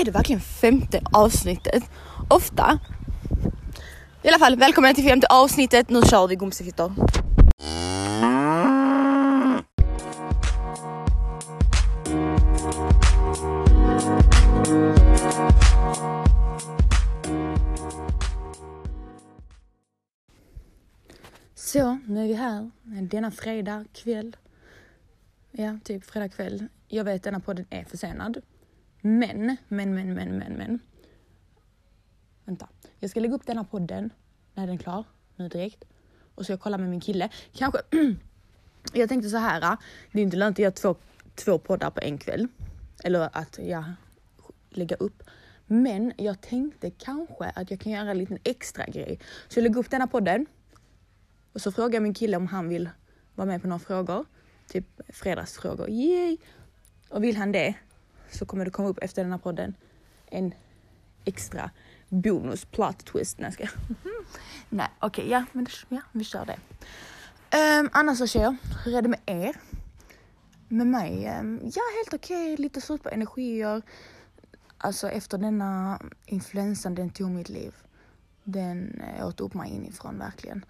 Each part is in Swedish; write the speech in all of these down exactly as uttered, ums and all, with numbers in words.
är det verkligen femte avsnittet. Ofta. I alla fall, välkommen till femte avsnittet. Nu kör vi gumsefittor. Så, nu är vi här. Denna fredag kväll. Ja, typ fredag kväll. Jag vet att denna podden är försenad. Men, men, men, men, men, men. Vänta. Jag ska lägga upp denna podden när den är klar. Nu direkt. Och så jag kolla med min kille. Kanske. Jag tänkte så här. Det är inte lönt att göra två, två poddar på en kväll. Eller att jag lägger upp. Men jag tänkte kanske att jag kan göra en liten extra grej. Så jag lägger upp denna podden. Och så frågar jag min kille om han vill vara med på några frågor. Typ fredagsfrågor. Yay! Och vill han det så kommer det komma upp efter den här podden en extra bonus plot twist. Nej, ska jag. Nej, okej. Okay, ja, men det, ja, vi kör det. Um, annars så kör jag. Hur är det med er? Med mig? Um, ja, helt okej. Okay. Lite slut på energier. Alltså efter denna influensan, den tog mitt liv. Den äh, åt upp mig inifrån verkligen.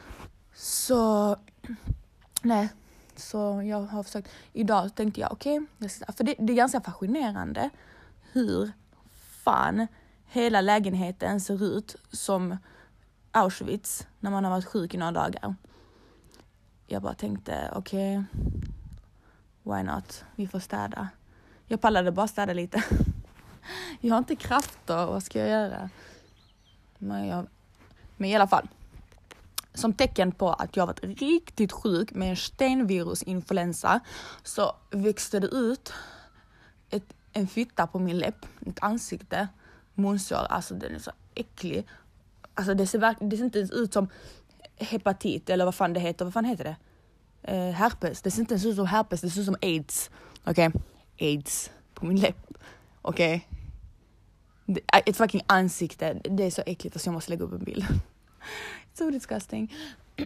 Så nej, så jag har försökt. Idag tänkte jag okej, okay, för det, det är ganska fascinerande hur fan hela lägenheten ser ut som Auschwitz när man har varit sjuk i några dagar. Jag bara tänkte okej, okay, why not? Vi får städa. Jag pallade bara städa lite. Jag har inte krafter, vad ska jag göra? Men, jag, men i alla fall. Som tecken på att jag varit riktigt sjuk med en stenvirusinfluensa så växte det ut ett, en fitta på min läpp, ett ansikte, munsår. Alltså den är så äcklig. Alltså det ser, verk, det ser inte ens ut som hepatit eller vad fan det heter. Vad fan heter det? Eh, herpes. Det ser inte ens ut som herpes, det ser ut som AIDS. Okej, okay. AIDS på min läpp. Okej. Okay. Ett fucking ansikte. Det är så äckligt så jag måste lägga upp en bild. So disgusting.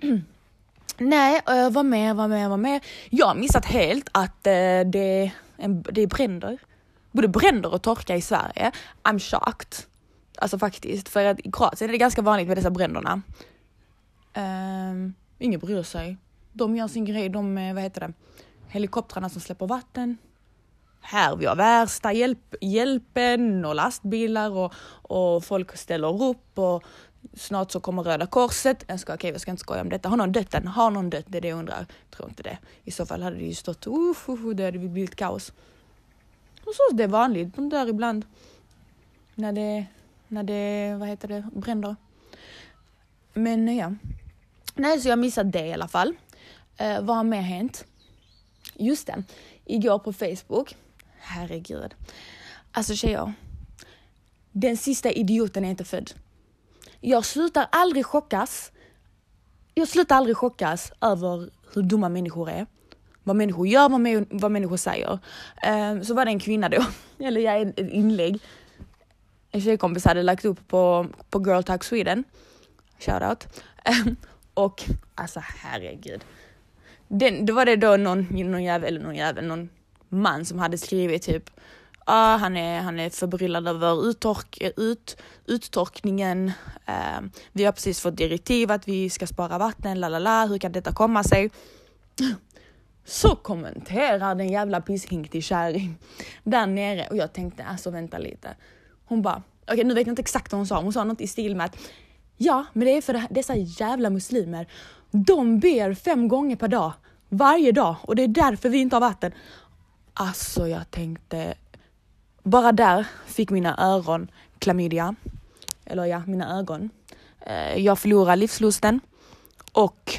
Nej, uh, vad mer, vad mer, vad mer. Jag har missat helt att uh, det, en, det är bränder. Både bränder och torka i Sverige. I'm shocked. Alltså faktiskt. För att i Kroatien är det ganska vanligt med dessa bränderna. Um, ingen bryr sig. De gör sin grej. De, vad heter det? Helikoptrarna som släpper vatten. Här vi har värsta hjälp, hjälpen och lastbilar. Och, och folk ställer upp och snart så kommer Röda Korset. Jag ska, okej, jag ska inte skoja om detta. Har någon dött än? Har någon dött? Det är det jag undrar. Jag tror inte det. I så fall hade det ju stått uff, uff, det hade blivit kaos. Och så det är vanligt. De dör ibland. När det, när det, vad heter det, bränder. Men ja. Nej, så jag missade det i alla fall. Uh, vad har mer hänt? Just det. Igår på Facebook. Herregud. Alltså tjejer. Den sista idioten är inte född. Jag slutar aldrig chockas. Jag slutar aldrig chockas över hur dumma människor är. Vad människor gör, vad, mä- vad människor säger. Um, så var det en kvinna då. Eller jag ett inlägg. En tjejkompis hade lagt upp på, på Girl Talk Sweden. Shoutout. Um, och alltså herregud. Den, då var det då någon, någon jävel eller någon jävel. Någon man som hade skrivit typ. Ah, han är han är förbryllad över uttork, ut, uttorkningen. Uh, vi har precis fått direktiv att vi ska spara vatten. Lalala, hur kan detta komma sig? Så kommenterar den jävla pisshink till kärring där nere. Och jag tänkte, alltså vänta lite. Hon bara, okej okay, nu vet jag inte exakt vad hon sa. Hon sa något i stil med att ja, men det är för det, dessa jävla muslimer. De ber fem gånger per dag. Varje dag. Och det är därför vi inte har vatten. Alltså jag tänkte... Bara där fick mina öron klamydia. Eller ja, mina ögon. Jag förlorade livslusten. Och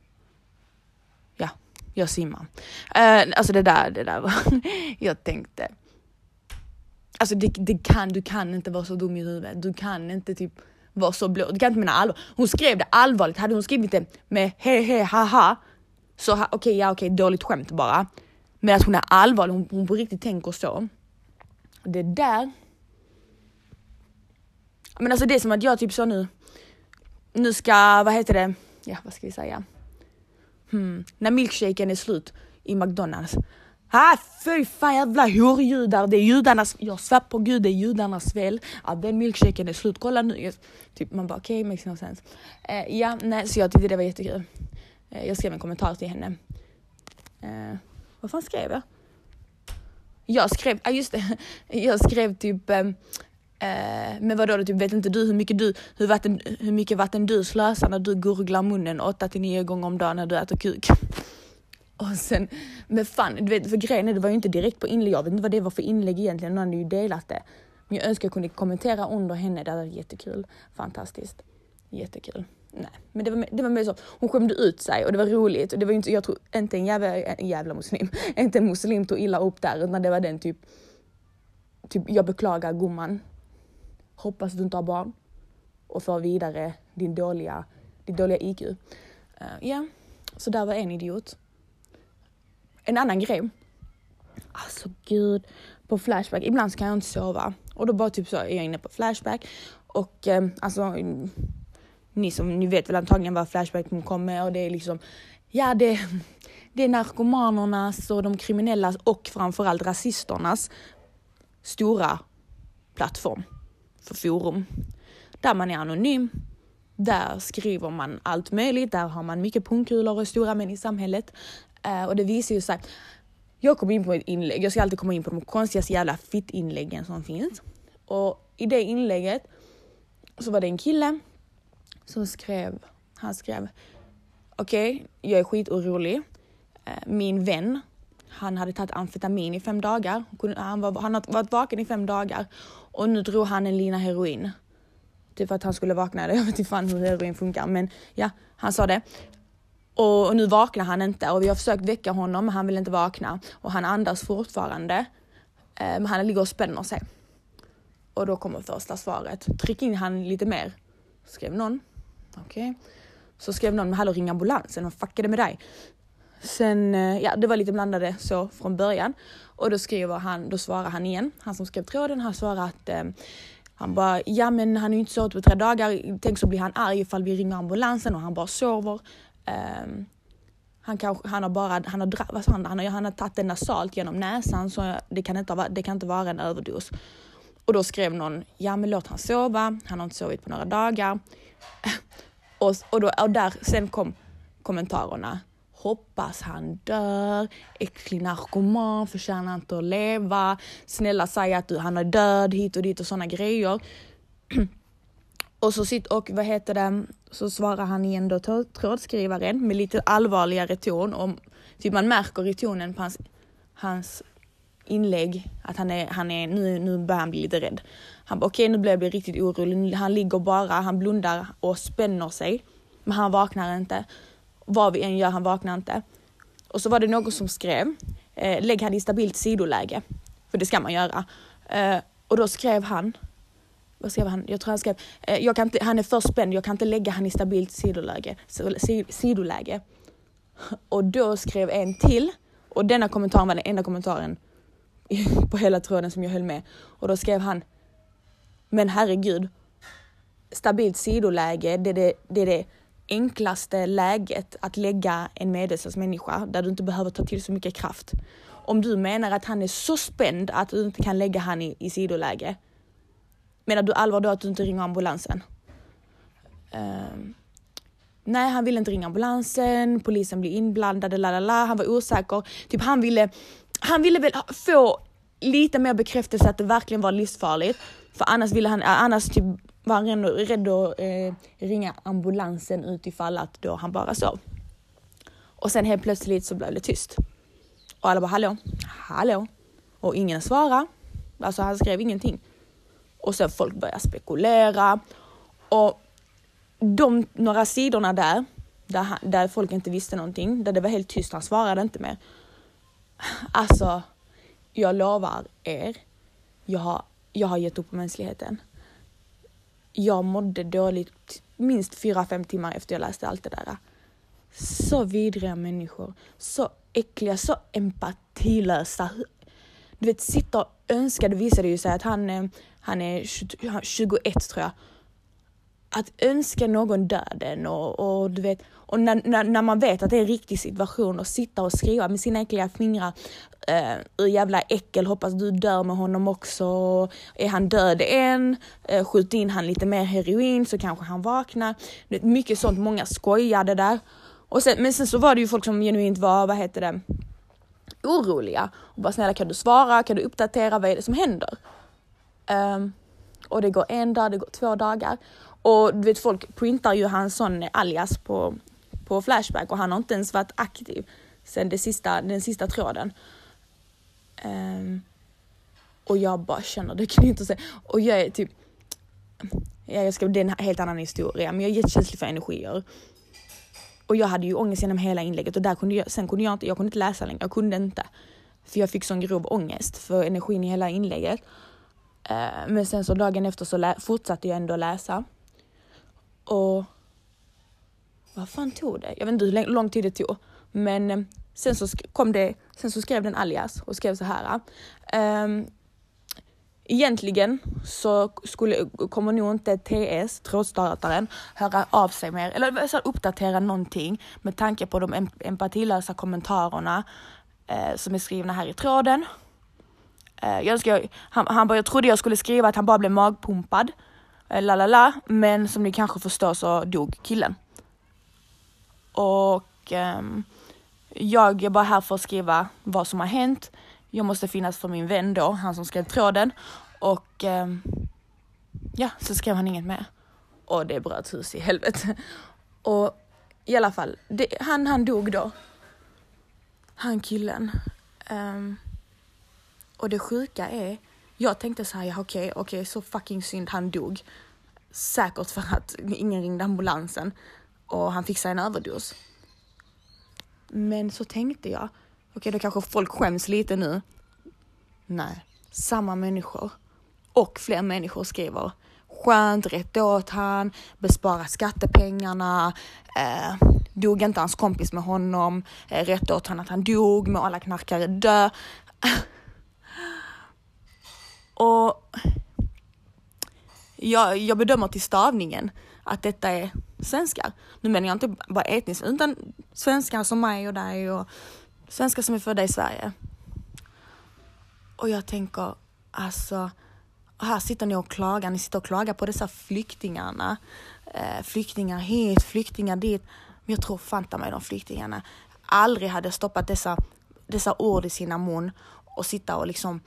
ja, jag simmar. Alltså det där, det där var... Jag tänkte... Alltså det, det kan, du kan inte vara så dum i huvudet. Du kan inte typ vara så blå. Du kan inte mena allvar. Hon skrev det allvarligt. Hade hon skrivit det med he he haha. Så okej, okay, ja okej, okay, dåligt skämt bara. Men att hon är allvarlig. Hon, hon på riktigt tänker så. Det där. Men alltså det är som att jag typ så nu. Nu ska, vad heter det? Ja, vad ska vi säga? Hmm. När milkshaken är slut i McDonalds. Ah, fy fan jävla horjudar. Det är judarnas, jag svär på gud, det är judarnas fel att den milkshaken är slut. Kolla nu. Jag, typ, man bara, okej, okay, makes no sense. Eh, ja, nej, så jag tyckte det var jättekul. Eh, jag skrev en kommentar till henne. Eh, vad fan skrev jag? Jag skrev, ja ah, just det. Jag skrev typ, eh, men vadå då, typ, vet inte du hur mycket du, hur, vatten, hur mycket vatten du slösar när du gurglar munnen åtta till nio gånger om dagen när du äter kuk. Och sen, men fan, du vet, för grejen är, det var ju inte direkt på inlägg. Jag vet inte vad det var för inlägg egentligen. Någon hade ju delat det. Men jag önskar jag kunde kommentera under henne. Det var jättekul. Fantastiskt. Jättekul. Nej, men det var, det var mer så. Hon skämde ut sig och det var roligt. Och det var ju inte, jag tror inte en jävla, en jävla muslim. Inte en muslim tog illa upp där. Utan det var den typ, typ jag beklagar gumman. Hoppas du inte har barn. Och för vidare din dåliga, din dåliga I Q. Ja, uh, yeah. Så där var en idiot. En annan grej. Alltså gud. På Flashback. Ibland så kan jag inte sova. Och då bara typ så är jag inne på Flashback. Och eh, alltså. Ni som ni vet väl antagligen vad Flashback kommer. Och det är liksom. Ja det. Det är narkomanernas och de kriminellas. Och framförallt rasisternas. Stora plattform. För forum. Där man är anonym. Där skriver man allt möjligt. Där har man mycket punkulor och stora män i samhället. Uh, och det visar ju sig. Jag kommer in på ett inlägg. Jag ska alltid komma in på de konstigaste jävla fitt-inläggen som finns. Och i det inlägget så var det en kille som skrev. Han skrev. Okej, okay, jag är skitorolig. Uh, min vän. Han hade tagit amfetamin i fem dagar. Han, var, han har varit vaken i fem dagar. Och nu drog han en lina heroin. Typ för att han skulle vakna. Jag vet inte fan hur heroin funkar. Men ja, han sa det. Och nu vaknar han inte. Och vi har försökt väcka honom. Men han vill inte vakna. Och han andas fortfarande. Men han ligger och spänner sig. Och då kommer första svaret. Tryck in han lite mer. Skrev någon. Okej. Okay. Så skrev någon. Hallå, ring ambulansen. Vad fuck är det med dig? Sen, ja, det var lite blandade så från början. Och då skriver han. Då svarar han igen. Han som skrev tråden. Han svarar att. Eh, Han bara, ja men han är ju inte sovit på tre dagar. Tänk så blir han arg ifall vi ringer ambulansen och han bara sover. Um, han, kan, han har bara, han har, vad sa han, han har, han har tagit en nasalt genom näsan så det kan, inte, det kan inte vara en överdos. Och då skrev någon, ja men låt han sova. Han har inte sovit på några dagar. och, och, då, och där sen kom kommentarerna. Hoppas han dör. Äcklig narkoman. Förtjänar inte att leva. Snälla säg att du, han är död hit och dit och såna grejer. och så sitt och vad heter det? Så svarar han igen då trådskrivaren med lite allvarligare ton. Och typ man märker i tonen på hans, hans inlägg att han är, han är nu, nu börjar han bli lite rädd. Han bara okej, okay, nu blir jag bli riktigt orolig. Han ligger bara, han blundar och spänner sig. Men han vaknar inte. Vad vi än gör, han vaknar inte. Och så var det någon som skrev. Eh, lägg han i stabilt sidoläge. För det ska man göra. Eh, och då skrev han. Vad skrev han? Jag tror han skrev. Eh, jag kan inte, han är för spänd. Jag kan inte lägga han i stabilt sidoläge. Sidoläge. Och då skrev en till. Och denna kommentaren var den enda kommentaren. På hela tråden som jag höll med. Och då skrev han. Men herregud. Stabilt sidoläge. Det är det. det, är det enklaste läget att lägga en medelsens människa där du inte behöver ta till så mycket kraft. Om du menar att han är så spänd att du inte kan lägga han i, i sidoläge. Menar du allvar då att du inte ringer ambulansen? Um, nej, han ville inte ringa ambulansen. Polisen blev inblandad. Lalala. Han var osäker. Typ han ville, han ville väl få lite mer bekräftelse att det verkligen var livsfarligt. För annars ville han, annars typ var han rädd att eh, ringa ambulansen utifall att då han bara sov. Och sen helt plötsligt så blev det tyst. Och alla bara hallå, hallå. Och ingen svarade. Alltså han skrev ingenting. Och sen folk började spekulera. Och de några sidorna där, där, där folk inte visste någonting, där det var helt tyst, han svarade inte mer. Alltså, jag lovar er, jag har, jag har gett upp på mänskligheten. Jag mådde dåligt minst fyra, fem timmar efter jag läste allt det där. Så vidriga människor. Så äckliga, så empatilösa. Du vet, sitta och önska. Det visade ju sig att han, han är tjugoett tror jag. att önska någon döden och, och du vet, och när, när, när man vet att det är en riktig situation och sitta och skriva med sina äckliga fingrar uh, ur jävla äckel, hoppas du dör med honom också, är han död än, uh, skjut in han lite mer heroin så kanske han vaknar, mycket sånt, många skojade där. Och sen, men sen så var det ju folk som genuint var, vad heter det, oroliga och bara snälla kan du svara, kan du uppdatera, vad är det som händer? Um, och det går en dag, det går två dagar. Och du vet, folk printar ju hans sån alias på, på Flashback och han har inte ens varit aktiv sen det sista, den sista tråden. Um, och jag bara känner, det knyter sig. Och jag är typ, ja, jag ska, det är en helt annan historia, men jag är jättekänslig för energier. Och jag hade ju ångest genom hela inlägget och där kunde jag, sen kunde jag inte, jag kunde inte läsa längre, jag kunde inte. För jag fick sån grov ångest för energin i hela inlägget. Uh, men sen så dagen efter så lä- fortsatte jag ändå läsa. Och vad fan tog det? Jag vet inte hur lång tid det tog. Men um, sen så sk- kom det, sen så skrev den alias och skrev så här. Um, egentligen så skulle, kommer nog inte T S, trådstartaren, höra av sig mer. Eller så uppdatera någonting med tanke på de em- empatilösa kommentarerna uh, som är skrivna här i tråden. Uh, jag, ska, han, han bara, jag trodde jag skulle skriva att han bara blev magpumpad. Uh, lalala, men som ni kanske förstår så dog killen. Och um, jag är bara här för att skriva vad som har hänt. Jag måste finnas för min vän då, han som skrev tråden. Och um, ja, så skrev han inget mer. Och det bröt hus i helvete. Och i alla fall, det, han, han dog då. Han killen. Um, och det sjuka är, jag tänkte så här, ja, okej, okay, okej, okay, så fucking synd han dog. Säkert för att ingen ringde ambulansen. Och han fick sig en överdos. Men så tänkte jag, okej okay, då kanske folk skäms lite nu. Nej, samma människor och fler människor skriver skönt, rätt åt han, bespara skattepengarna, eh, dog inte hans kompis med honom, eh, rätt åt han att han dog, med alla knarkare dö. Och jag, jag bedömer till stavningen att detta är svenskar. Nu menar jag inte bara etniskt, utan svenskar som mig och dig och svenskar som är födda i Sverige. Och jag tänker, alltså, här sitter ni och klagar, ni sitter och klagar på dessa flyktingarna. Eh, flyktingar hit, flyktingar dit. Men jag tror fanta mig de flyktingarna aldrig hade stoppat dessa, dessa ord i sina mun och sitta och liksom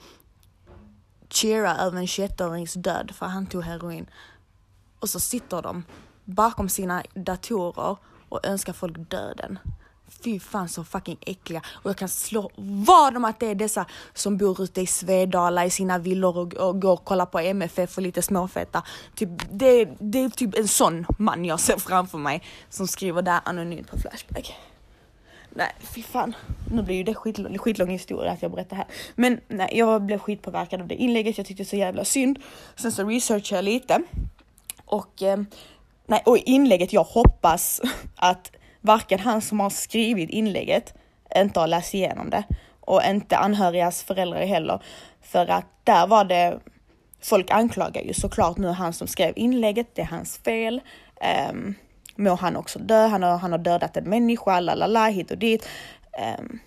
cheera över en tjugoettårings död för han tog heroin. Och så sitter de bakom sina datorer och önskar folk döden. Fy fan så fucking äckliga. Och jag kan slå vad om att det är dessa som bor ute i Svedala i sina villor och, och går och kollar på M F F och lite småfeta. Typ, det, det är typ en sån man jag ser framför mig som skriver där anonymt på Flashback. Nej, fy fan. Nu blir ju det skitlång, skitlång historia att jag berättar här. Men nej, jag blev skitpåverkad av det inlägget. Jag tyckte det så jävla synd. Sen så researchade jag lite. Och, eh, nej, och inlägget, jag hoppas att varken han som har skrivit inlägget inte har läst igenom det. Och inte anhörigas föräldrar heller. För att där var det, folk anklagar ju såklart nu han som skrev inlägget. Det är hans fel. Um, må han också dö. Han har, han har dödat en människa. Lalala, hit och dit. Um,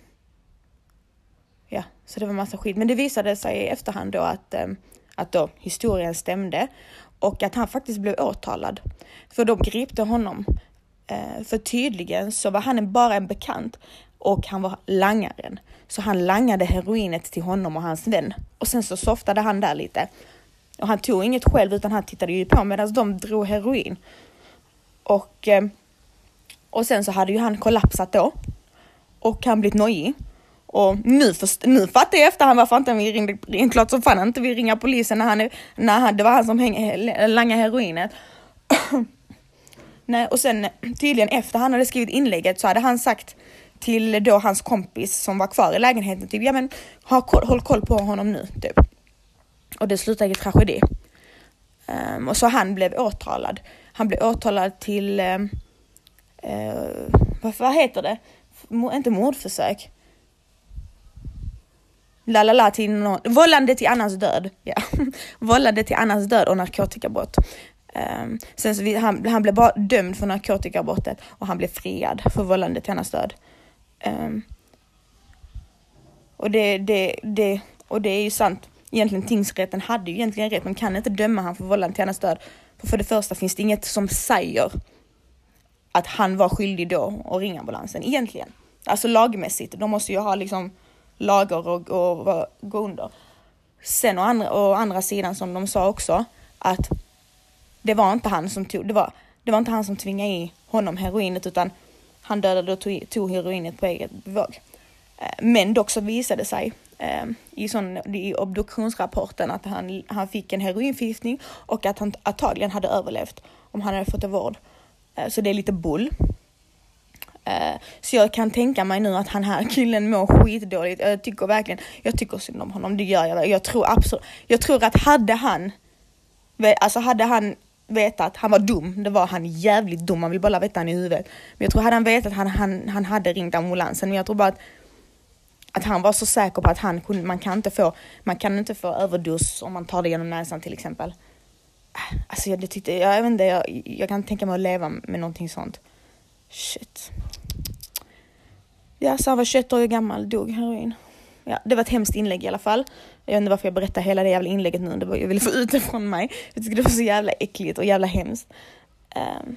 ja, så det var massa skit. Men det visade sig i efterhand då att, um, att då historien stämde. Och att han faktiskt blev åtalad. För de gripte honom. Uh, för tydligen så var han en, bara en bekant. Och han var langaren. Så han langade heroinet till honom och hans vän. Och sen så softade han där lite. Och han tog inget själv utan han tittade ju på medan de drog heroin. Och, uh, och sen så hade ju han kollapsat då. Och han blivit nojig. Och nu, först, nu fattar jag efter han varför inte vi ringde. Klart så fan inte vi ringa polisen när, han, när han, det var han som häng, langade heroinet. Nej, och sen tydligen efter han hade skrivit inlägget så hade han sagt till då hans kompis som var kvar i lägenheten typ, ja men ha, håll koll på honom nu typ. Och det slutade i tragedi. Um, och så han blev åtalad. Han blev åtalad till um, uh, vad, vad heter det? M- inte mordförsök. Lalala till någon, vållande till annans död. Ja. Vållande till annans död och narkotikabrott. Um, sen så vi, han, han blev bara dömd för narkotikabrottet och han blev friad för vållande till hennes död. Um, och det, det, det, och det är ju sant. Egentligen tingsrätten hade ju egentligen rätt. Man kan inte döma han för vållande till hennes död. För, för det första finns det inget som säger att han var skyldig då att ringa ambulansen. Egentligen. Alltså lagmässigt. De måste ju ha liksom lagar och, och, och gå under. Sen å andra, å andra sidan som de sa också att det var inte han som tog det var, det var inte han som tvingade i honom heroinet, utan han dödade och tog, tog heroinet på eget bevåg. Men dock så visade sig eh, i, sån, i obduktionsrapporten att han, han fick en heroinförgiftning och att han antagligen hade överlevt om han hade fått en vård. Eh, så det är lite bull. Eh, så jag kan tänka mig nu att han här killen mår skitdåligt. Jag tycker verkligen, jag tycker synd om honom, det gör jag. Jag tror absolut, jag tror att hade han, alltså hade han vetat att han var dum, det var han jävligt dum, man vill bara veta han i huvudet. Men jag tror hade han vetat att han, han, han hade ringt ambulansen, men jag tror bara att att han var så säker på att han kunde, man kan inte få man kan inte få överdos om man tar det genom näsan till exempel. Alltså jag det tyckte jag, jag vet inte, jag, jag kan tänka mig att leva med någonting sånt. Shit. Ja, så han var tjugoett år gammal, dog heroin. Ja, det var ett hemskt inlägg i alla fall. Jag vet inte varför jag berättar hela det jävla inlägget nu. Det var, jag ville få ut det från mig. Jag tycker det var så jävla äckligt och jävla hemskt. Um,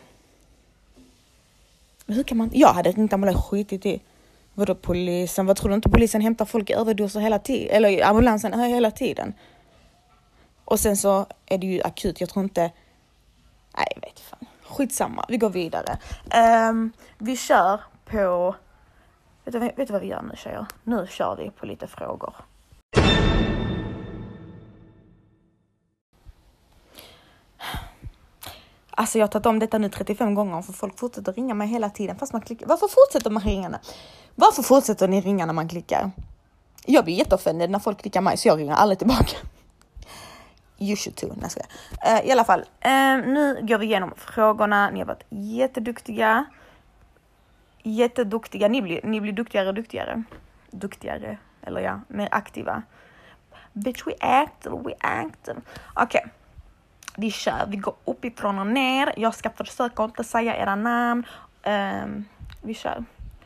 hur kan man... Jag hade inte ambulansen skitit i. Vadå polisen? Vad tror du inte polisen hämtar folk i överdoser hela tiden? Eller ambulansen hela tiden? Och sen så är det ju akut. Jag tror inte... Nej, jag vet fan. Skitsamma. Vi går vidare. Um, vi kör på... Vet du, vet du vad vi gör nu, tjejer? Nu kör vi på lite frågor. Alltså jag har tagit om detta nu trettiofem gånger för folk fortsätter ringa mig hela tiden fast man klickar. Varför fortsätter man ringa? Varför fortsätter ni ringa när man klickar? Jag blir jätteoffended när folk klickar mig så jag ringer aldrig tillbaka. You should too. Nej, uh, I alla fall, uh, nu går vi igenom frågorna. Ni har varit jätteduktiga. Jätteduktiga. Ni blir, ni blir duktigare och duktigare. Duktigare, eller ja, mer aktiva. Bitch, we active, we active. Okej. Okay. Vi kör, vi går uppifrån och ner. Jag ska försöka inte säga era namn. Um, vi kör.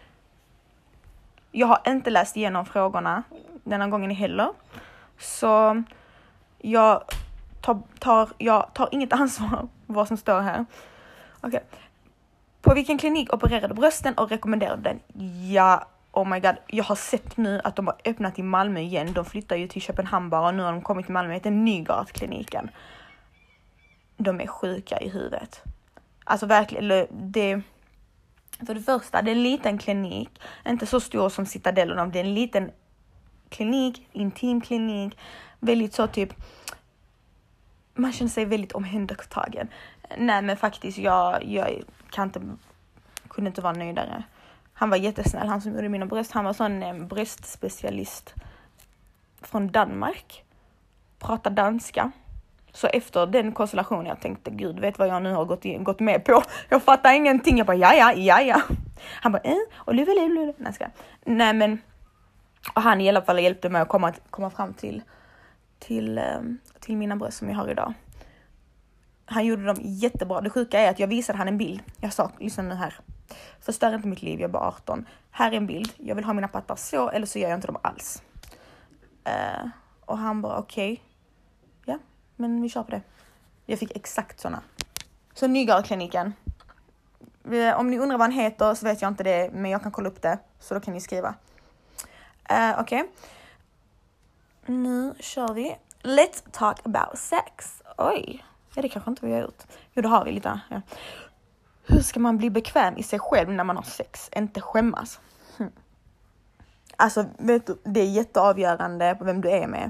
Jag har inte läst igenom frågorna denna gången heller. Så jag tar, tar, jag tar inget ansvar för vad som står här. Okej. Okay. På vilken klinik opererade brösten och rekommenderade den? Ja, oh my god. Jag har sett nu att de har öppnat i Malmö igen. De flyttar ju till Köpenhamn bara och nu har de kommit till Malmö. Det heter Nygårdskliniken. De är sjuka i huvudet. Alltså verkligen, det... För det första, det är en liten klinik. Inte så stor som Citadel och de. Det är en liten klinik, intim klinik. Väldigt så typ... Man känner sig väldigt omhändertagen. Nej, men faktiskt, jag, jag kan inte... Kunde inte vara nöjdare. Han var jättesnäll, han som gjorde mina bröst. Han var sån en bröstspecialist från Danmark. Pratar danska. Så efter den konstellationen jag tänkte, gud vet vad jag nu har gått, in, gått med på. Jag fattar ingenting. Jag bara, ja, ja, ja, ja. Han bara, eh, och luva, luva, luva. Nej, ska. Nej, men... Och han i alla fall hjälpte mig att komma, komma fram till, till, till mina bröst som jag har idag. Han gjorde dem jättebra. Det sjuka är att jag visade han en bild. Jag sa, lyssna nu här. Förstör inte mitt liv, jag är bara arton. Här är en bild. Jag vill ha mina pattar så, eller så gör jag inte dem alls. Uh, och han bara, okej. Okay. Ja, men vi kör på det. Jag fick exakt såna. Så Nygårdskliniken. Om ni undrar vad han heter så vet jag inte det. Men jag kan kolla upp det. Så då kan ni skriva. Uh, okej. Okay. Nu kör vi. Let's talk about sex. Oj. Ja, det kanske inte vi har gjort. Jo, det har vi lite. Ja. Hur ska man bli bekväm i sig själv när man har sex? Inte skämmas. Hm. Alltså, vet du, det är jätteavgörande på vem du är med.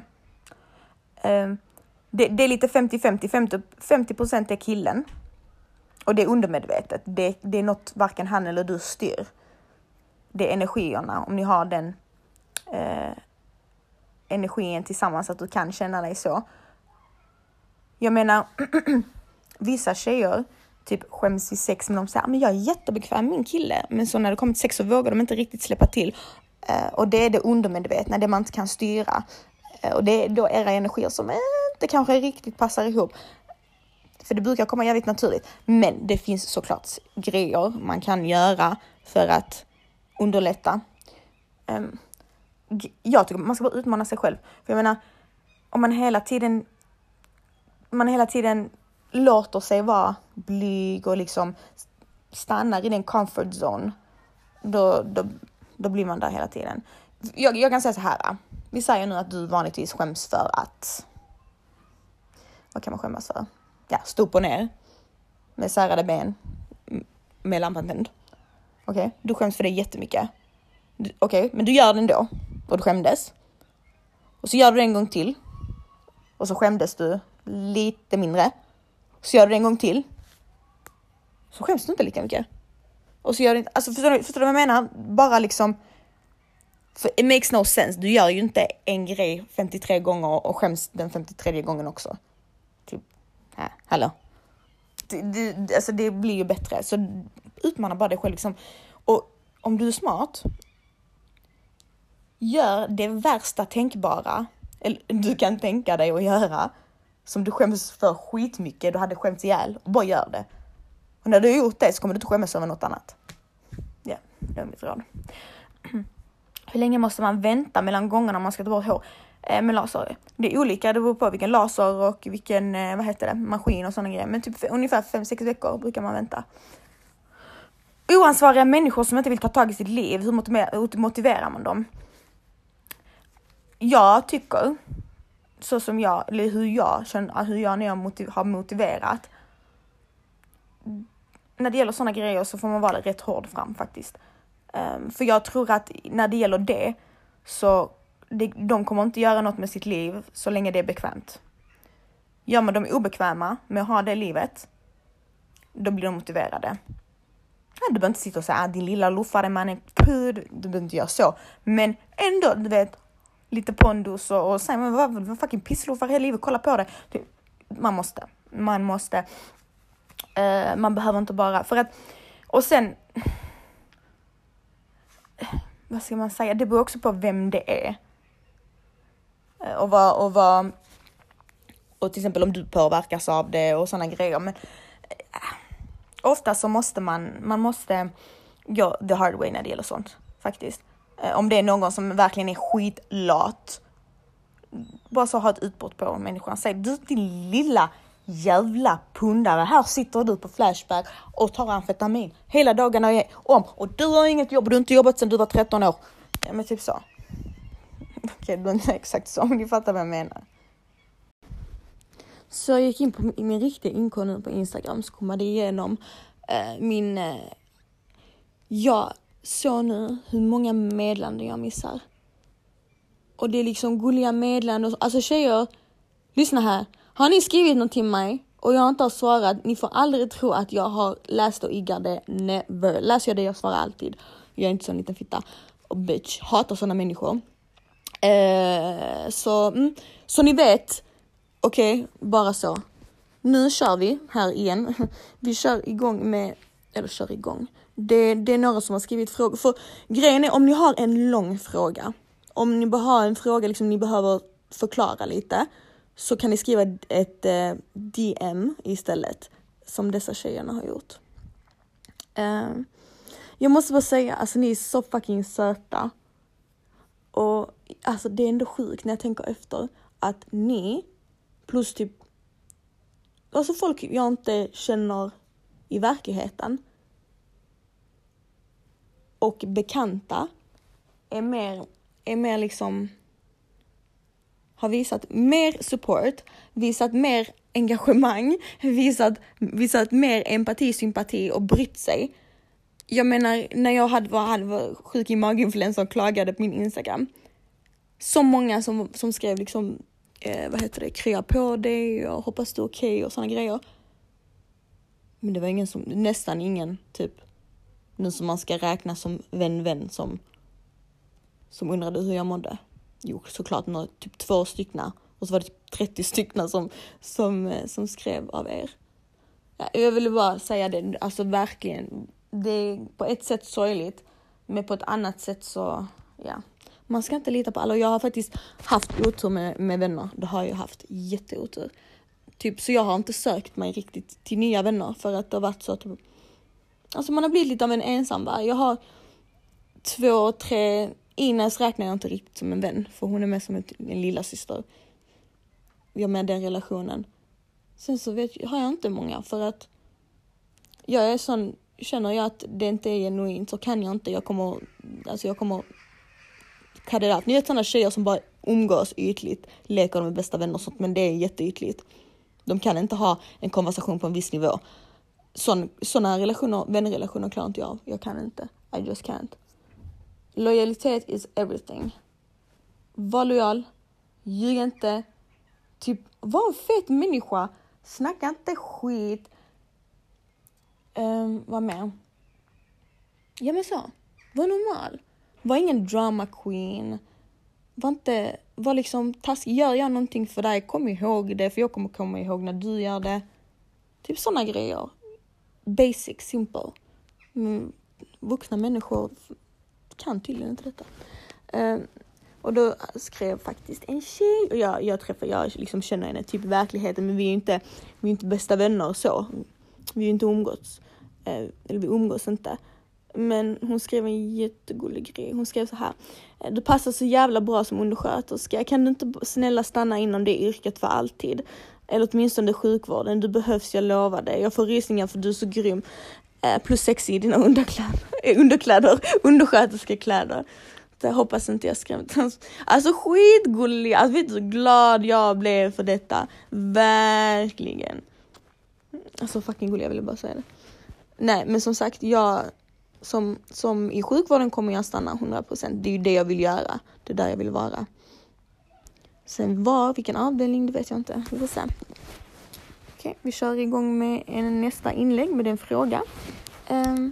Um, det, det är lite femtio femtio. femtio procent är killen. Och det är undermedvetet. Det, det är något varken han eller du styr. Det är energierna. Om ni har den eh, energin tillsammans att du kan känna dig så. Jag menar, vissa tjejer typ skäms i sex, men de säger, men jag är jättebekväm med min kille. Men så när det kommer till sex så vågar de inte riktigt släppa till. Uh, och det är det undermedvetna, det man inte kan styra. Uh, och det är då era energier som inte kanske riktigt passar ihop. För det brukar komma jävligt naturligt. Men det finns såklart grejer man kan göra för att underlätta. Um, jag tycker man ska bara utmana sig själv. För jag menar, om man hela tiden man hela tiden låter sig vara blyg och liksom stannar i den comfort zone, då, då, då blir man där hela tiden. Jag, jag kan säga så här. Vi säger nu att du vanligtvis skäms för att... Vad kan man skämmas för? Ja, stå upp och ner med särade ben med lampan tänd. Okej, okay? Du skäms för det jättemycket. Okej, okay, men du gör det ändå. Och du skämdes. Och så gör du det en gång till. Och så skämdes du lite mindre. Så gör du det en gång till. Så skäms du inte lika mycket. Och så gör du inte... Alltså, förstår du, förstår du vad jag menar? Bara liksom... För it makes no sense. Du gör ju inte en grej femtiotre gånger och skäms den femtiotredje gången också. Typ, här, hallå. Det, det, alltså det blir ju bättre. Så utmana bara dig själv liksom. Och om du är smart, gör det värsta tänkbara, eller du kan tänka dig att göra, som du skäms för skitmycket, du hade skämts ihjäl, och bara gör det. Och när du har gjort det så kommer du inte skämmas över något annat. Ja, det är mitt råd. Hur länge måste man vänta mellan gångerna man ska ta bort hår eh, med laser? Det är olika, det beror på vilken laser och vilken, eh, vad heter det, maskin och sådana grejer. Men typ för, ungefär fem sex veckor brukar man vänta. Oansvariga människor som inte vill ta tag i sitt liv, hur motiverar, hur motiverar man dem? Jag tycker, så som jag, eller hur jag känner, hur jag när jag motiv, har motiverat, när det gäller sådana grejer så får man vara rätt hård fram faktiskt. Um, för jag tror att när det gäller det så det, de kommer inte göra något med sitt liv så länge det är bekvämt. Gör man dem obekväma med att ha det livet, då blir de motiverade. Ja, du behöver inte sitta och säga, ah, din lilla luffare man är pud, du behöver inte göra så. Men ändå, du vet, lite pondus och, och säga, men vad, vad fucking pissluffare hela livet, kolla på det. Man måste, man måste, uh, man behöver inte bara, för att, och sen, vad ska man säga, det beror också på vem det är. Uh, och vad, och vad, och till exempel om du påverkas av det och sådana grejer, men uh, ofta så måste man, man måste gå the hard way när det gäller sånt, faktiskt. Eh, om det är någon som verkligen är skitlat, bara så ha ett utbrott på människan. Säg, du din lilla jävla pundare, här sitter du på Flashback och tar amfetamin hela dagarna och om. Och du har inget jobb, du har inte jobbat sedan du var tretton år. Ja, men typ så. Okej, okay, det är inte exakt så, men ni fattar vad jag menar. Så jag gick in på min riktiga inkon nu på Instagram, så kom det igenom eh, min... Eh, jag såg nu hur många meddelanden jag missar. Och det är liksom gulliga meddelanden. Alltså tjejer, lyssna här. Har ni skrivit något till mig och jag inte har svarat, ni får aldrig tro att jag har läst och iggar det. Never. Läser jag det, jag svarar alltid. Jag är inte så en liten fitta. Och bitch, hatar sådana människor. Eh, så, mm, så ni vet... Okej, okay, bara så. Nu kör vi här igen. Vi kör igång med... Eller kör igång. Det, det är några som har skrivit frågor. För grejen är, om ni har en lång fråga. Om ni bara har en fråga, liksom ni behöver förklara lite. Så kan ni skriva ett eh, D M istället. Som dessa tjejerna har gjort. Eh, jag måste bara säga, alltså ni är så fucking söta. Och alltså det är ändå sjukt när jag tänker efter. Att ni... Plus typ, alltså folk jag inte känner i verkligheten och bekanta är mer, är mer liksom, har visat mer support, visat mer engagemang, visat, visat mer empati, sympati och brytt sig. Jag menar, när jag hade var, hade var sjuk i maginfluensa och klagade på min Instagram, så många som, som skrev liksom, Eh, vad heter det, krya på dig och hoppas du är okej okay och såna grejer. Men det var ingen som, nästan ingen typ, nu som man ska räkna som vän-vän som som undrade hur jag mådde. Jo, såklart några, typ två styckna. Och så var det typ trettio styckna som, som, som skrev av er. Ja, jag ville bara säga det, alltså verkligen, det är på ett sätt sorgligt, men på ett annat sätt så, ja. Man ska inte lita på alla. Jag har faktiskt haft otur med, med vänner. Det har jag haft jätteotur. Typ, så jag har inte sökt mig riktigt till nya vänner för att det har varit så att alltså man har blivit lite av en ensamvarg. Jag har två, tre, Ines räknar jag inte riktigt som en vän för hon är mer som ett, en lilla syster. Vi har med den relationen. Sen så vet, har jag inte många för att jag är sån, känner jag att det inte är genuint så kan jag inte, jag kommer, alltså jag kommer cut it out. Ni vet sådana tjejer som bara umgås ytligt, leker med bästa vänner och sånt, men det är jätteytligt. De kan inte ha en konversation på en viss nivå. Sån, såna relationer, vänrelationer klarar inte jag av. Jag kan inte. I just can't. Lojalitet is everything. Var lojal. Ljug inte. Typ, var en fet människa. Snacka inte skit. Um, vad med? Ja men så. Var normal. Var ingen drama queen. Var inte, var liksom taskig. Gör jag någonting för dig, kom ihåg det. För jag kommer komma ihåg när du gör det. Typ såna grejer. Basic, simple. Mm, vuxna människor kan tydligen inte detta. Um, och då skrev faktiskt en tjej. Och jag, jag träffar, jag liksom känner henne typ i verkligheten. Men vi är inte, vi är inte bästa vänner och så. Vi är inte umgåtts. Uh, eller vi umgås inte. Men hon skrev en jättegullig grej. Hon skrev så här. Du passar så jävla bra som undersköterska. Kan du inte snälla stanna inom det yrket för alltid? Eller åtminstone sjukvården. Du behövs, jag lovar dig. Jag får rysningar för du är så grym. Eh, plus sexy i dina underkläder. underkläder. Undersköterskekläder. Så jag hoppas inte jag skrämt. Alltså skitgullig. Alltså vet du så glad jag blev för detta. Verkligen. Alltså fucking gullig, jag ville bara säga det. Nej, men som sagt, jag... Som, som i sjukvården kommer jag stanna hundra procent. Det är ju det jag vill göra. Det är där jag vill vara. Sen var, vilken avdelning, det vet jag inte. Vi får se. Okej, vi kör igång med en nästa inlägg med en fråga. Um,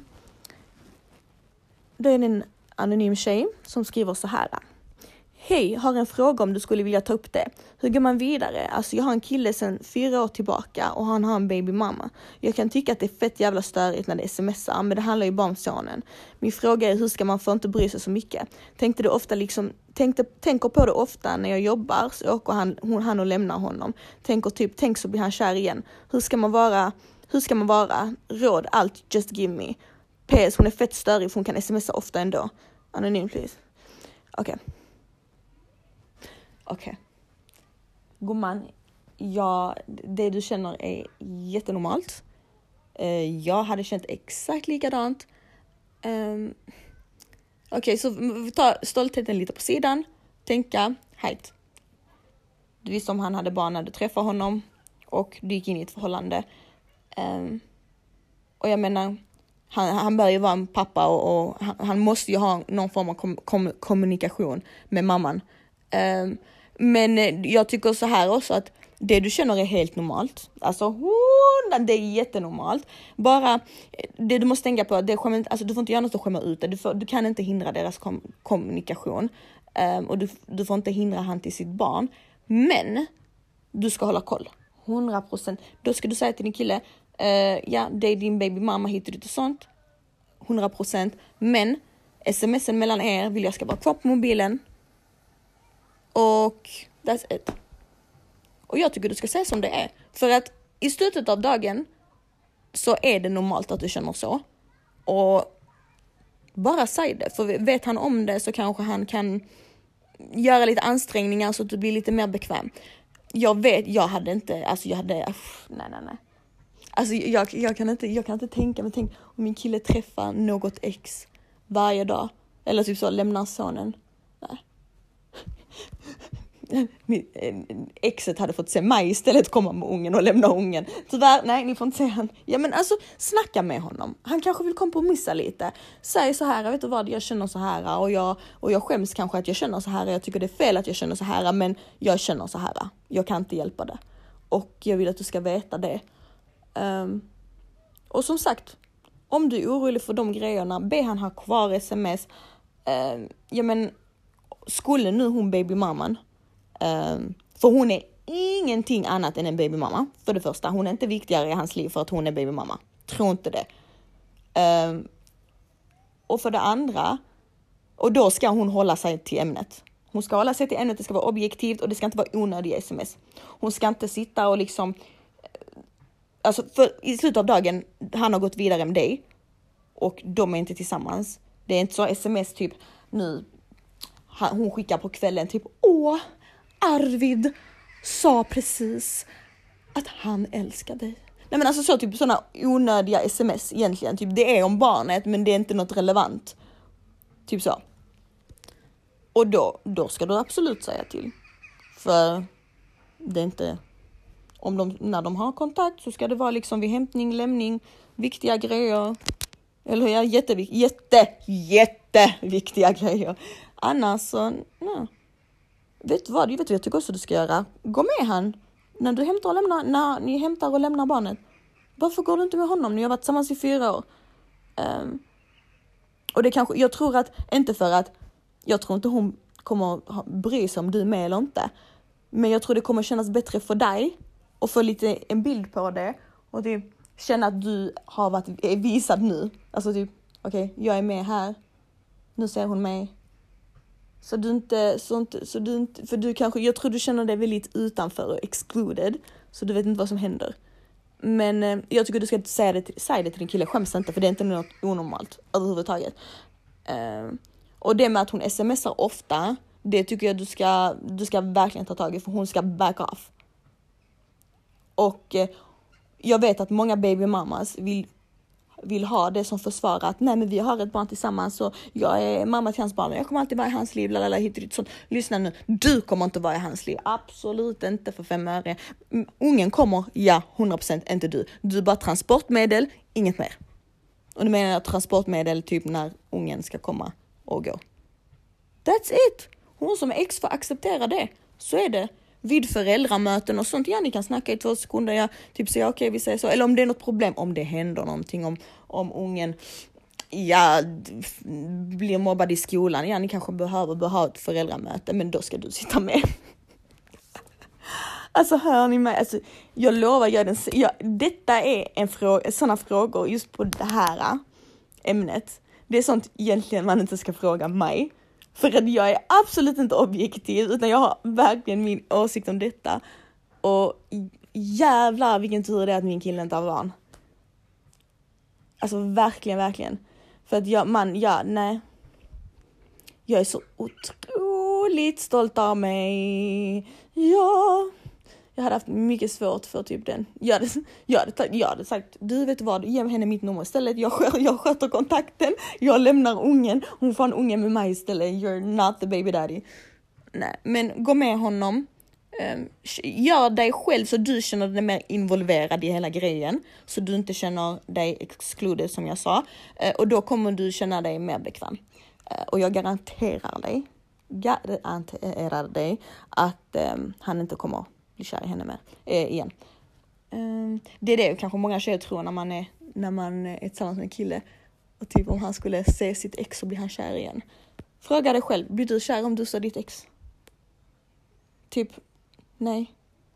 då är det en anonym tjej som skriver så här. Hej, har en fråga om du skulle vilja ta upp det. Hur går man vidare? Alltså jag har en kille sedan fyra år tillbaka och han har en babymamma. Jag kan tycka att det är fett jävla störigt när det smsar, men det handlar ju bara om sonen. Min fråga är hur ska man få inte bry sig så mycket? Tänkte det ofta liksom, tänkte, tänker på det ofta när jag jobbar så åker han, hon, han och lämnar honom. Tänker typ, tänk så blir han kär igen. Hur ska man vara? Hur ska man vara? Råd, allt, just give me. P S, hon är fett störig för hon kan smsa ofta ändå. Anonym please. Okej. Okay. Okej. Okay. Gumman, ja, det du känner är jättenormalt. Uh, jag hade känt exakt likadant. Um, Okej, okay, så ta stoltheten lite på sidan. Tänka, hejt. Du visste om han hade barn när du träffade honom. Och du gick in i ett förhållande. Um, och jag menar, han, han bör ju vara en pappa. Och, och han, han måste ju ha någon form av kom, kom, kommunikation med mamman. Um, men jag tycker så här också att det du känner är helt normalt. Alltså det är jättenormalt. Bara det du måste tänka på, det skämmer, alltså du får inte göra något att skämma ut det. Du, får, du kan inte hindra deras kom, kommunikation. Um, och du, du får inte hindra han till sitt barn. Men du ska hålla koll. hundra procent. Då ska du säga till din kille, uh, ja det är din babymamma hit och dit och sånt. hundra procent. Men smsen mellan er vill jag ska vara kvar på mobilen. Och that's it. Och jag tycker du ska säga som det är. För att i slutet av dagen så är det normalt att du känner så. Och bara säg det. För vet han om det så kanske han kan göra lite ansträngningar så att du blir lite mer bekväm. Jag vet, jag hade inte, alltså jag hade, uff, nej nej nej. Alltså jag, jag, kan inte, jag kan inte tänka mig, tänk om min kille träffar något ex varje dag. Eller typ så lämnar sonen. Nej. Exet hade fått se mig istället komma med ungen och lämna ungen. Tyvärr, nej ni får inte se han. Ja men alltså snacka med honom. Han kanske vill kompromissa lite. Säg så här, vet du vad, jag känner så här och jag, och jag skäms kanske att jag känner så här. Jag tycker det är fel att jag känner så här, men jag känner så här. Jag kan inte hjälpa det. Och jag vill att du ska veta det. Um, och som sagt, om du är orolig för de grejerna, be han ha kvar sms. Um, ja men skulle nu hon babymamman, um, för hon är ingenting annat än en babymamma. För det första, hon är inte viktigare i hans liv för att hon är babymamma. Tror inte det. Um, och för det andra, och då ska hon hålla sig till ämnet. Hon ska hålla sig till ämnet, det ska vara objektivt och det ska inte vara onödiga sms. Hon ska inte sitta och liksom alltså för i slutet av dagen, han har gått vidare med dig och de är inte tillsammans. Det är inte så sms typ nu, han, hon skickar på kvällen typ, åh, Arvid sa precis att han älskar dig. Nej men alltså så typ sådana onödiga sms egentligen. Typ det är om barnet men det är inte något relevant. Typ så. Och då, då ska du absolut säga till. För det är inte... Om de, när de har kontakt så ska det vara liksom vid hämtning, lämning, viktiga grejer. Eller ja, jättevik- jätte, jätteviktiga grejer. Annars så, nej. Vet du vad, vet du vad jag tycker också du ska göra? Gå med han. När du hämtar och lämnar, när ni hämtar och lämnar barnet. Varför går du inte med honom? Ni har varit tillsammans i fyra år. Um, och det kanske, jag tror att, inte för att, jag tror inte hon kommer bry sig om du är med eller inte. Men jag tror det kommer kännas bättre för dig. Och få lite en bild på det. Och typ känna att du har varit visad nu. Alltså typ, okej, okay, jag är med här. Nu ser hon mig. Så du inte, så inte, så du inte, för du kanske, jag tror du känner dig väldigt utanför och excluded. Så du vet inte vad som händer. Men eh, jag tycker du ska säga det, till, säga det till din kille, skäms inte. För det är inte något onormalt överhuvudtaget. Uh, och det med att hon smsar ofta, det tycker jag du ska, du ska verkligen ta tag i. För hon ska back off. Och eh, jag vet att många babymamas vill vill ha det som försvar att nej men vi har ett barn tillsammans så jag är mamma till hans barn och jag kommer alltid vara i hans liv lalala, hit och dit, sånt. Lyssna nu, du kommer inte vara i hans liv, absolut inte för fem öre. Ungen kommer, ja, hundra procent inte du. Du är bara transportmedel, inget mer. Och nu menar jag transportmedel typ när ungen ska komma och gå. That's it. Hon som är ex får acceptera det. Så är det. Vid föräldramöten och sånt, ja ni kan snacka i två sekunder, ja, typ säga okej okay, vi säger så, eller om det är något problem, om det händer någonting, om, om ungen ja, blir mobbad i skolan, ja ni kanske behöver, behöver ett föräldramöte, men då ska du sitta med. Alltså hör ni mig, alltså, jag lovar, jag den, jag, detta är en fråga, sådana frågor just på det här ämnet, det är sånt egentligen man inte ska fråga mig. För att jag är absolut inte objektiv utan jag har verkligen min åsikt om detta. Och jävlar vilken tur det är att min kille inte har barn. Alltså verkligen, verkligen. För att jag, man, ja, nej. Jag är så otroligt stolt av mig. Ja. Jag hade haft mycket svårt för typ den. Jag hade, jag hade, jag hade sagt, du vet vad, ge henne mitt nummer istället. Jag, skö, jag sköter kontakten. Jag lämnar ungen. Hon får en unge med mig istället. You're not the baby daddy. Nej, men gå med honom. Um, gör dig själv så du känner dig mer involverad i hela grejen. Så du inte känner dig excluded som jag sa. Uh, och då kommer du känna dig mer bekväm. Uh, och jag garanterar dig. Garanterar dig att um, han inte kommer bli kär i henne med eh, igen. Um, det är det kanske många tjejer tror när man är när man är tillsammans med en kille och typ om han skulle se sitt ex så blir han kär igen. Fråga dig själv, blir du kär om du sa ditt ex? Typ, nej.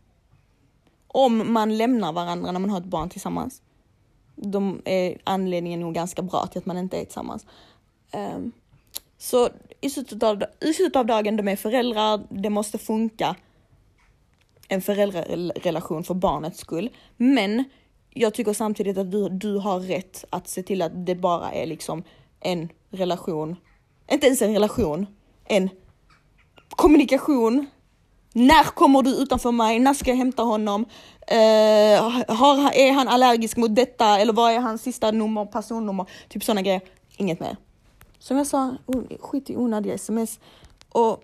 Om man lämnar varandra när man har ett barn tillsammans, de är anledningen nog ganska bra till att man inte är tillsammans. Um, så i slutet av, i slutet av dagen, de är föräldrar, det måste funka. En föräldrarelation för barnets skull. Men jag tycker samtidigt att du, du har rätt att se till att det bara är liksom en relation. Inte ens en relation. En kommunikation. När kommer du utanför mig? När ska jag hämta honom? Uh, har, är han allergisk mot detta? Eller vad är hans sista nummer, personnummer? Typ sådana grejer. Inget mer. Som jag sa, skit i onödiga sms. Och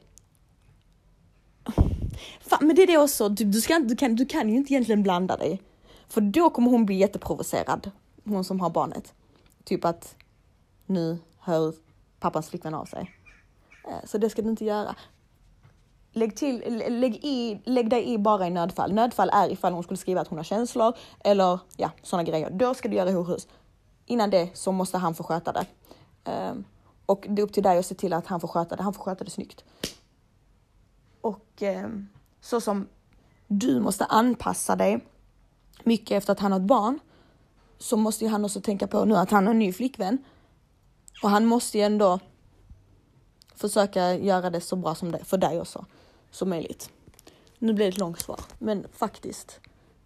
fan, men det är det också. Du, du, ska, du, kan, du kan ju inte egentligen blanda dig. För då kommer hon bli jätteprovocerad. Hon som har barnet. Typ att nu hör pappans flickvän av sig. Så det ska du inte göra. Lägg, till, lägg, i, lägg dig i bara i nödfall. Nödfall är ifall hon skulle skriva att hon har känslor. Eller ja, sådana grejer. Då ska du göra horhus. Innan det så måste han få sköta det. Um, och det är upp till dig att se till att han får sköta det. Han får sköta det snyggt. Och eh, så som du måste anpassa dig mycket efter att han har ett barn, så måste ju han också tänka på nu att han har en ny flickvän. Och han måste ju ändå försöka göra det så bra som det för dig också som möjligt. Nu blir det ett långt svar, men faktiskt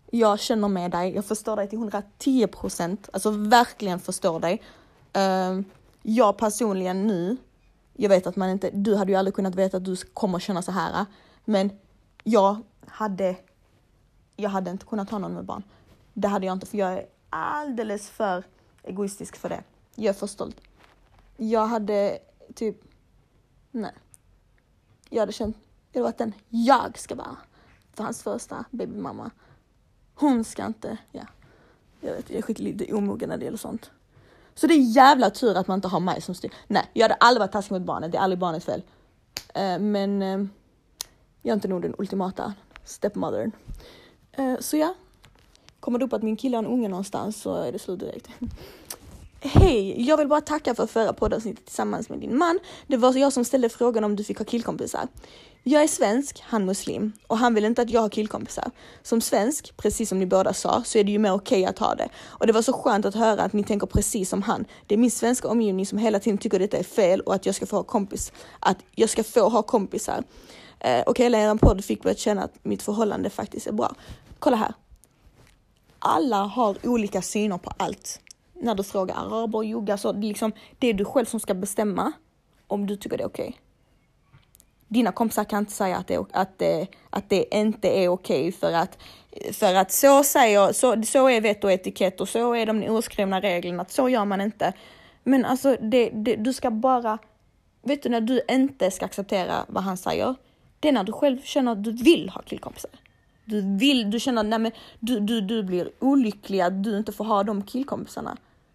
Jag känner med dig. Jag förstår dig till hundratio procent. Alltså verkligen förstår dig. Uh, jag personligen nu, jag vet att man inte, du hade ju aldrig kunnat veta att du kommer känna så här. Men jag hade, jag hade inte kunnat ha någon med barn. Det hade jag inte, för jag är alldeles för egoistisk för det. Jag är för stolt. Jag hade typ, nej. Jag hade känt, jag hade varit den jag ska vara. För hans första babymamma. Hon ska inte, ja. Jag vet, jag är skit lite omogen när det gäller sånt. Så det är jävla tur att man inte har mig som styr. Nej, jag hade aldrig varit taskig mot barnet. Det är aldrig barnets fel. Uh, men uh, jag är inte nog den ultimata stepmothern. Uh, så ja. Kommer du på att min kille har en unge någonstans så är det slut direkt. Hej, jag vill bara tacka för förra poddavsnittet tillsammans med din man. Det var jag som ställde frågan om du fick ha killkompisar. Jag är svensk, han muslim. Och han vill inte att jag har killkompisar. Som svensk, precis som ni båda sa, så är det ju mer okej att ha det. Och det var så skönt att höra att ni tänker precis som han. Det är min svenska omgivning som hela tiden tycker att detta är fel och att jag ska få ha kompis. Att jag ska få ha kompisar. Eh, och hela er podd fick mig att känna att mitt förhållande faktiskt är bra. Kolla här. Alla har olika syner på allt. När du frågar araber och juggar så det är, liksom, det är du själv som ska bestämma om du tycker det är okej. Dina kompisar kan inte säga att det, att det, att det inte är okej för att, för att så säger, så, så är vett och etikett och så är de oskrivna reglerna, att så gör man inte. Men alltså det, det, du ska bara, vet du när du inte ska acceptera vad han säger, det är när du själv känner att du vill ha killkompisar. Du vill, du känner nej men du, du, du blir olycklig att du inte får ha de killkompisarna.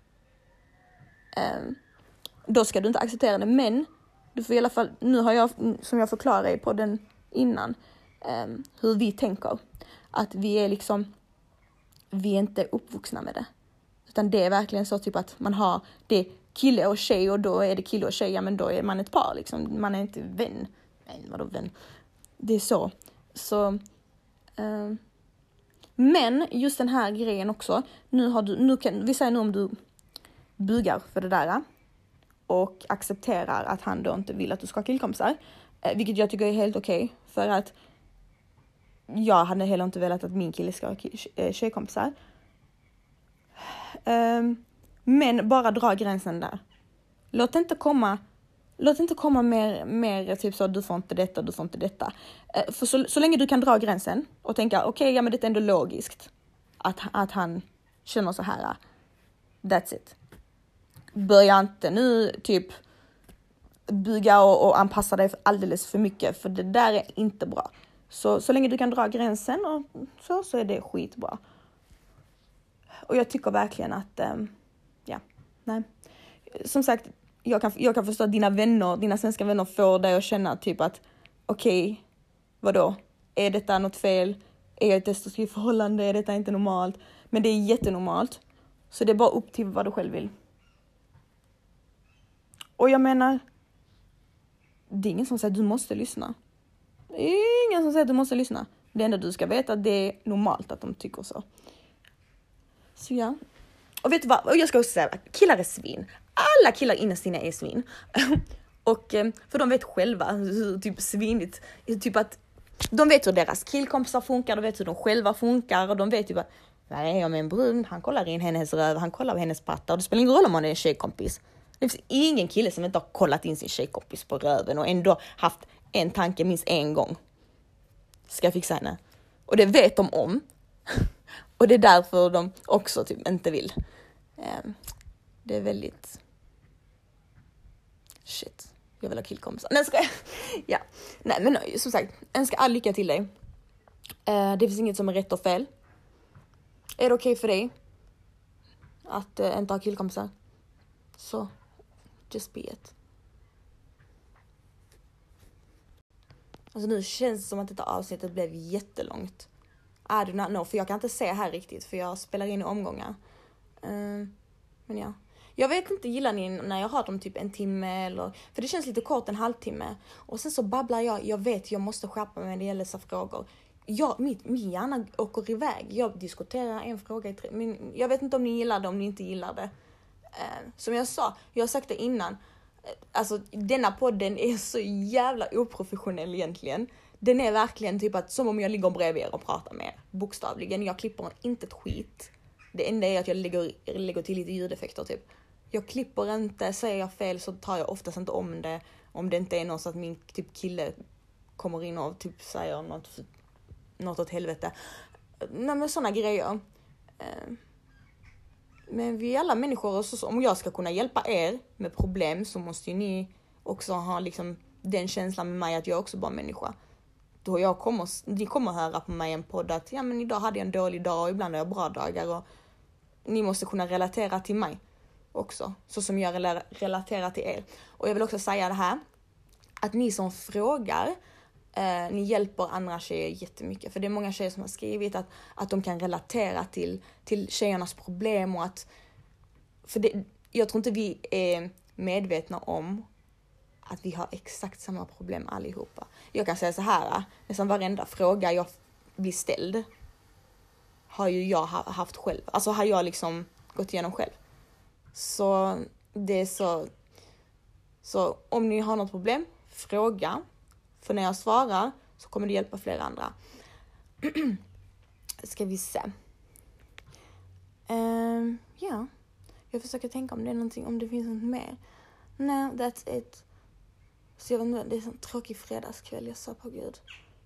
Um, då ska du inte acceptera det, men du får i alla fall, nu har jag, som jag förklarade på den innan, um, hur vi tänker. Att vi är liksom, vi är inte uppvuxna med det. Utan det är verkligen så typ att man har det kille och tjej och då är det kille och tjej, ja men då är man ett par liksom. Man är inte vän. Nej, vadå vän? Det är så. Så Uh, men just den här grejen också, nu har du, nu kan, vi säger nu om du bugar för det där och accepterar att han då inte vill att du ska ha killkompisar, uh, vilket jag tycker är helt okej, okay, för att jag hade heller inte velat att min kille ska ha tjejkompisar. Uh, men bara dra gränsen där. Låt inte komma Låt inte komma mer, mer typ så du får inte detta, du får inte detta. Eh, för så, så länge du kan dra gränsen och tänka okej, okay, ja men det är ändå logiskt att, att han känner så här. That's it. Börja inte nu typ bygga och, och anpassa dig alldeles för mycket, för det där är inte bra. Så, så länge du kan dra gränsen och så, så är det skitbra. Och jag tycker verkligen att, um, ja, nej. Som sagt, Jag kan, jag kan förstå att dina vänner, dina svenska vänner får dig att känna typ att okej, okay, vadå? Är detta något fel? Är jag i ett destruktivt förhållande? Är detta inte normalt? Men det är jättenormalt. Så det är bara upp till vad du själv vill. Och jag menar, det är ingen som säger att du måste lyssna. Det är ingen som säger att du måste lyssna. Det enda du ska veta att det är normalt att de tycker så. Så ja. Och vet du vad? Och jag ska också säga att killar är svin. Alla killar innerst inne är svin. Och för de vet själva hur typ svinigt, typ att de vet hur deras killkompisar funkar, de vet hur de själva funkar och de vet ju bara, nej, jag med en brun, han kollar in hennes röv, han kollar på hennes patta och det spelar ingen roll om man är en tjejkompis. Det finns ingen kille som inte har kollat in sin tjejkompis på röven och ändå haft en tanke minst en gång. Ska jag fixa henne? Och det vet de om. Och det är därför de också typ inte vill. Det är väldigt shit. Jag vill ha killkompisar. Nej, ska jag? Ja. Nej, men som sagt, önskar all lycka till dig. Uh, det finns inget som är rätt och fel. Är det okej okay för dig att uh, inte ha killkompisar? Så, just be it. Alltså nu känns det som att detta avsnittet blev jättelångt. I do not know, för jag kan inte se här riktigt, för jag spelar in i omgångar. Uh, men ja. Jag vet inte, gillar ni när jag har dem typ en timme eller... För det känns lite kort, en halvtimme. Och sen så babblar jag, jag vet jag måste skärpa mig när det gäller dessa frågor. Jag, mitt, min hjärna åker iväg. Jag diskuterar en fråga i tre... Men jag vet inte om ni gillar det, om ni inte gillar det. Uh, som jag sa, jag har sagt det innan. Uh, alltså, denna podden är så jävla oprofessionell egentligen. den är verkligen typ att som om jag ligger bredvid er och pratar med er. Bokstavligen. Jag klipper inte ett skit. Det enda är att jag lägger, lägger till lite ljudeffekter typ. Jag klipper inte, säger jag fel så tar jag oftast inte om det. Om det inte är någon så att min typ kille kommer in och typ säger något, något åt helvete. Nej men sådana grejer. Men vi är alla människor och så, om jag ska kunna hjälpa er med problem så måste ju ni också ha liksom den känslan med mig att jag också bara är människa. Då jag kommer, ni kommer höra på mig en podd att ja men idag hade jag en dålig dag och ibland har jag bra dagar och ni måste kunna relatera till mig också. Så som jag relaterar till er. Och jag vill också säga det här. Att ni som frågar, eh, ni hjälper andra tjejer jättemycket. För det är många tjejer som har skrivit att, att de kan relatera till, till tjejernas problem. Och att, för det, jag tror inte vi är medvetna om att vi har exakt samma problem allihopa. Jag kan säga så här, nästan varenda fråga jag blir ställd har ju jag haft själv. Alltså har jag liksom gått igenom själv. Så det är så... Så om ni har något problem, fråga. För när jag svarar så kommer det hjälpa fler andra. Ska vi se. Um, ja. Jag försöker tänka om det är någonting, om det finns något mer. Nej, no, that's it. Så jag vet inte, det är en sån tråkig fredagskväll, jag sa på Gud.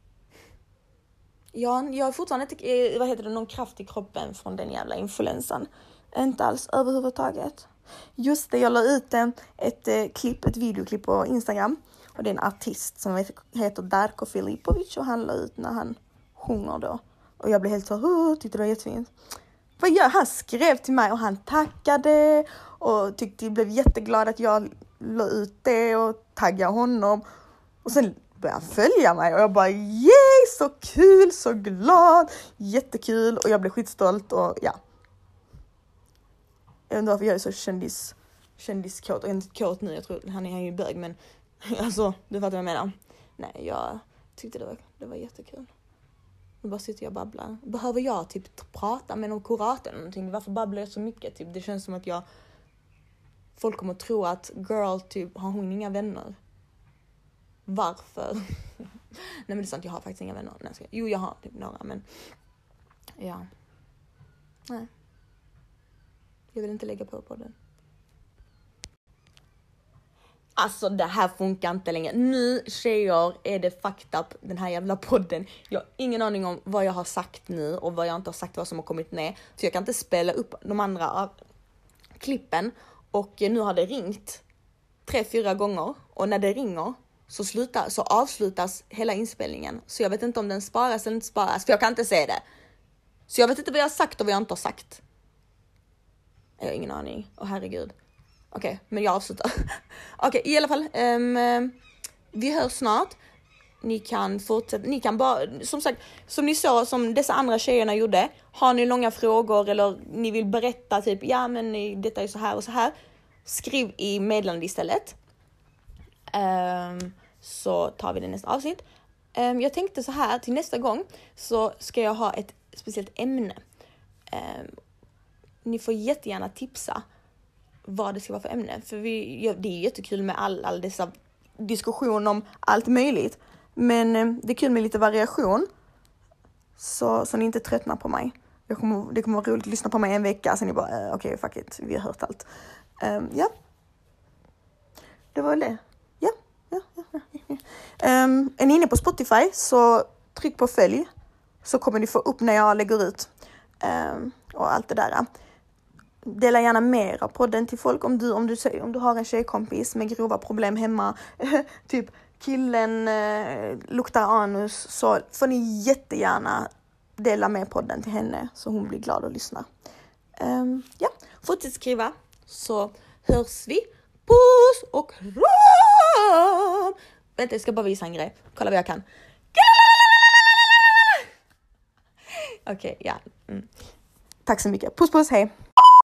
Ja, jag har fortfarande inte, vad heter det, någon kraft i kroppen från den jävla influensan. Inte alls överhuvudtaget. Just det, jag la ut en, ett eh, klipp, ett videoklipp på Instagram. Och det är en artist som heter Darko Filipovic och han la ut när han sjunger då. Och jag blev helt så, oh, tyckte det var jättefint. Vad gör han? Skrev till mig och han tackade och tyckte jag blev jätteglad att jag la ut det och taggade honom. Och sen började han följa mig och jag bara, yay, så kul, så glad, jättekul och jag blev skitstolt och ja. Jag vet inte varför jag är så kändis, kändiskåt och inte kåt nu, jag tror han är ju bög men alltså, du fattar vad jag menar. Nej, jag tyckte det var, det var jättekul. Nu bara sitter jag och babblar. Behöver jag typ prata med någon kurator eller någonting? Varför babblar jag så mycket? Typ, det känns som att jag... Folk kommer att tro att girl, typ, har hon inga vänner? Varför? Nej, men det är sant, jag har faktiskt inga vänner. Nej, jag jo, jag har typ några, men... Ja. Nej. Jag vill inte lägga på på den. Alltså det här funkar inte längre. Nu tjejer är det fucked up, den här jävla podden. Jag har ingen aning om vad jag har sagt nu och vad jag inte har sagt, vad som har kommit ner. Så jag kan inte spela upp de andra klippen. Och nu har det ringt tre, fyra gånger. Och när det ringer så, slutar, så avslutas hela inspelningen. Så jag vet inte om den sparas eller inte sparas. För jag kan inte se det. Så jag vet inte vad jag har sagt och vad jag inte har sagt. Jag har ingen aning. Åh herregud. Okej, okay, men jag avslutar. Okej, okay, i alla fall. Um, vi hörs snart. Ni kan fortsätta. Ni kan bara, som sagt, som ni såg, som dessa andra tjejerna gjorde. Har ni långa frågor eller ni vill berätta typ, ja men detta är så här och så här. Skriv i meddelande istället. Um, så tar vi det nästa avsnitt. Um, jag tänkte så här, till nästa gång så ska jag ha ett speciellt ämne. Um, ni får jättegärna tipsa vad det ska vara för ämne. För vi, ja, det är jättekul med all, all dessa diskussioner om allt möjligt. Men eh, det är kul med lite variation. Så, så ni inte tröttnar på mig. Jag kommer, det kommer vara roligt att lyssna på mig en vecka. Sen ni bara, eh, okej, okay, fuck it. Vi har hört allt. Um, ja. Det var väl det. Ja. ja, ja, ja, ja. Um, är ni inne på Spotify så tryck på följ. Så kommer ni få upp när jag lägger ut. Um, och allt det där. Dela gärna mer av podden till folk om du, om du, om du har en tjejkompis med grova problem hemma. Typ killen eh, luktar anus. Så får ni jättegärna dela med podden till henne så hon blir glad och lyssnar. Um, ja, fortsätt skriva så hörs vi. Puss och kram! Vänta, jag ska bara visa en grej. Kolla vad jag kan. Okej, okay, ja. Mm. Tack så mycket. Puss, puss, hej.